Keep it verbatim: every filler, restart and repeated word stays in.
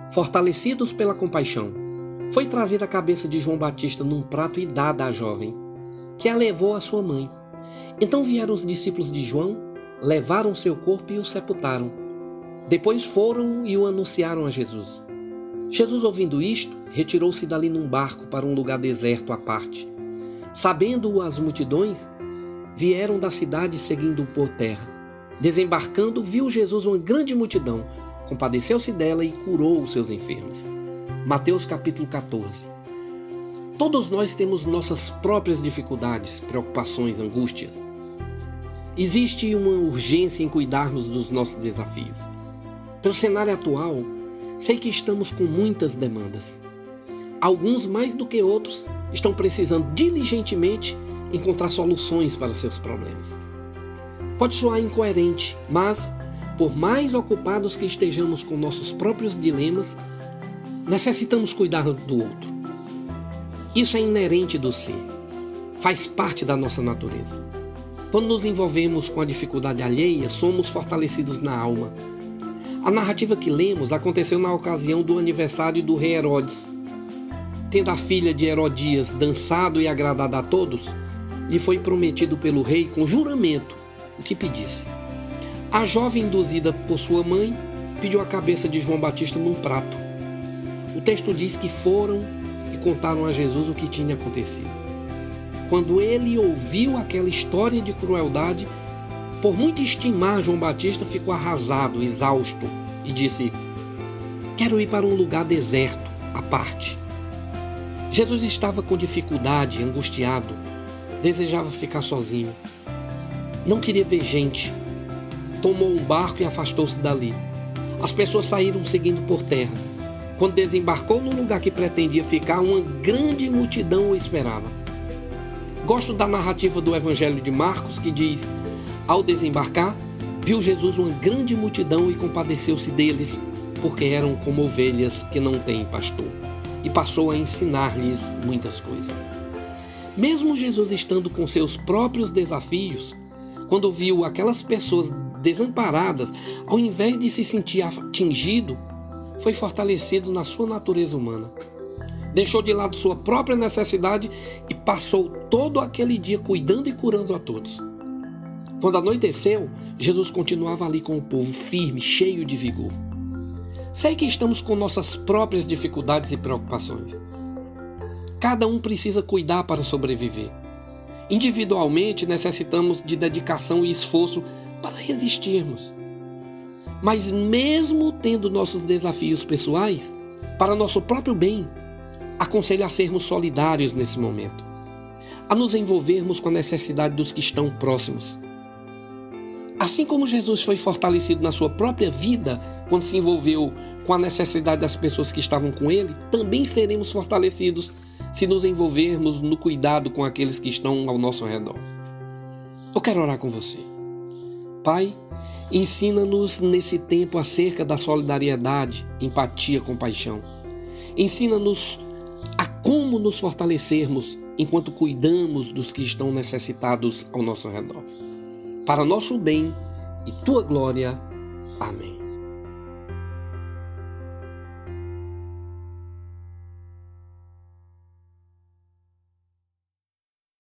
Fortalecidos pela compaixão, foi trazida a cabeça de João Batista num prato e dada à jovem, que a levou à sua mãe. Então vieram os discípulos de João, levaram seu corpo e o sepultaram. Depois foram e o anunciaram a Jesus. Jesus, ouvindo isto, retirou-se dali num barco para um lugar deserto à parte. Sabendo-o as multidões, vieram da cidade seguindo-o por terra. Desembarcando, viu Jesus uma grande multidão, compadeceu-se dela e curou os seus enfermos. Mateus capítulo quatorze. Todos nós temos nossas próprias dificuldades, preocupações, angústias. Existe uma urgência em cuidarmos dos nossos desafios. Pelo cenário atual, sei que estamos com muitas demandas. Alguns, mais do que outros, estão precisando diligentemente encontrar soluções para seus problemas. Pode soar incoerente, mas, por mais ocupados que estejamos com nossos próprios dilemas, necessitamos cuidar do outro. Isso é inerente do ser, faz parte da nossa natureza. Quando nos envolvemos com a dificuldade alheia, somos fortalecidos na alma. A narrativa que lemos aconteceu na ocasião do aniversário do rei Herodes. Tendo a filha de Herodias dançado e agradado a todos, lhe foi prometido pelo rei com juramento o que pedisse. A jovem, induzida por sua mãe, pediu a cabeça de João Batista num prato. O texto diz que foram e contaram a Jesus o que tinha acontecido. Quando ele ouviu aquela história de crueldade, por muito estimar João Batista, ficou arrasado, exausto, e disse: quero ir para um lugar deserto, à parte. Jesus estava com dificuldade, angustiado, desejava ficar sozinho. Não queria ver gente. Tomou um barco e afastou-se dali. As pessoas saíram seguindo por terra. Quando desembarcou no lugar que pretendia ficar, uma grande multidão o esperava. Gosto da narrativa do Evangelho de Marcos, que diz: ao desembarcar, viu Jesus uma grande multidão e compadeceu-se deles, porque eram como ovelhas que não têm pastor, e passou a ensinar-lhes muitas coisas. Mesmo Jesus estando com seus próprios desafios, quando viu aquelas pessoas desamparadas, ao invés de se sentir atingido, foi fortalecido na sua natureza humana. Deixou de lado sua própria necessidade e passou todo aquele dia cuidando e curando a todos. Quando anoiteceu, Jesus continuava ali com o povo, firme, cheio de vigor. Sei que estamos com nossas próprias dificuldades e preocupações. Cada um precisa cuidar para sobreviver. Individualmente, necessitamos de dedicação e esforço para resistirmos. Mas mesmo tendo nossos desafios pessoais, para nosso próprio bem, aconselho a sermos solidários nesse momento, a nos envolvermos com a necessidade dos que estão próximos. Assim como Jesus foi fortalecido na sua própria vida quando se envolveu com a necessidade das pessoas que estavam com ele, também seremos fortalecidos se nos envolvermos no cuidado com aqueles que estão ao nosso redor. Eu quero orar com você. Pai, ensina-nos nesse tempo acerca da solidariedade, empatia, compaixão. Ensina-nos a como nos fortalecermos enquanto cuidamos dos que estão necessitados ao nosso redor. Para nosso bem e tua glória. Amém.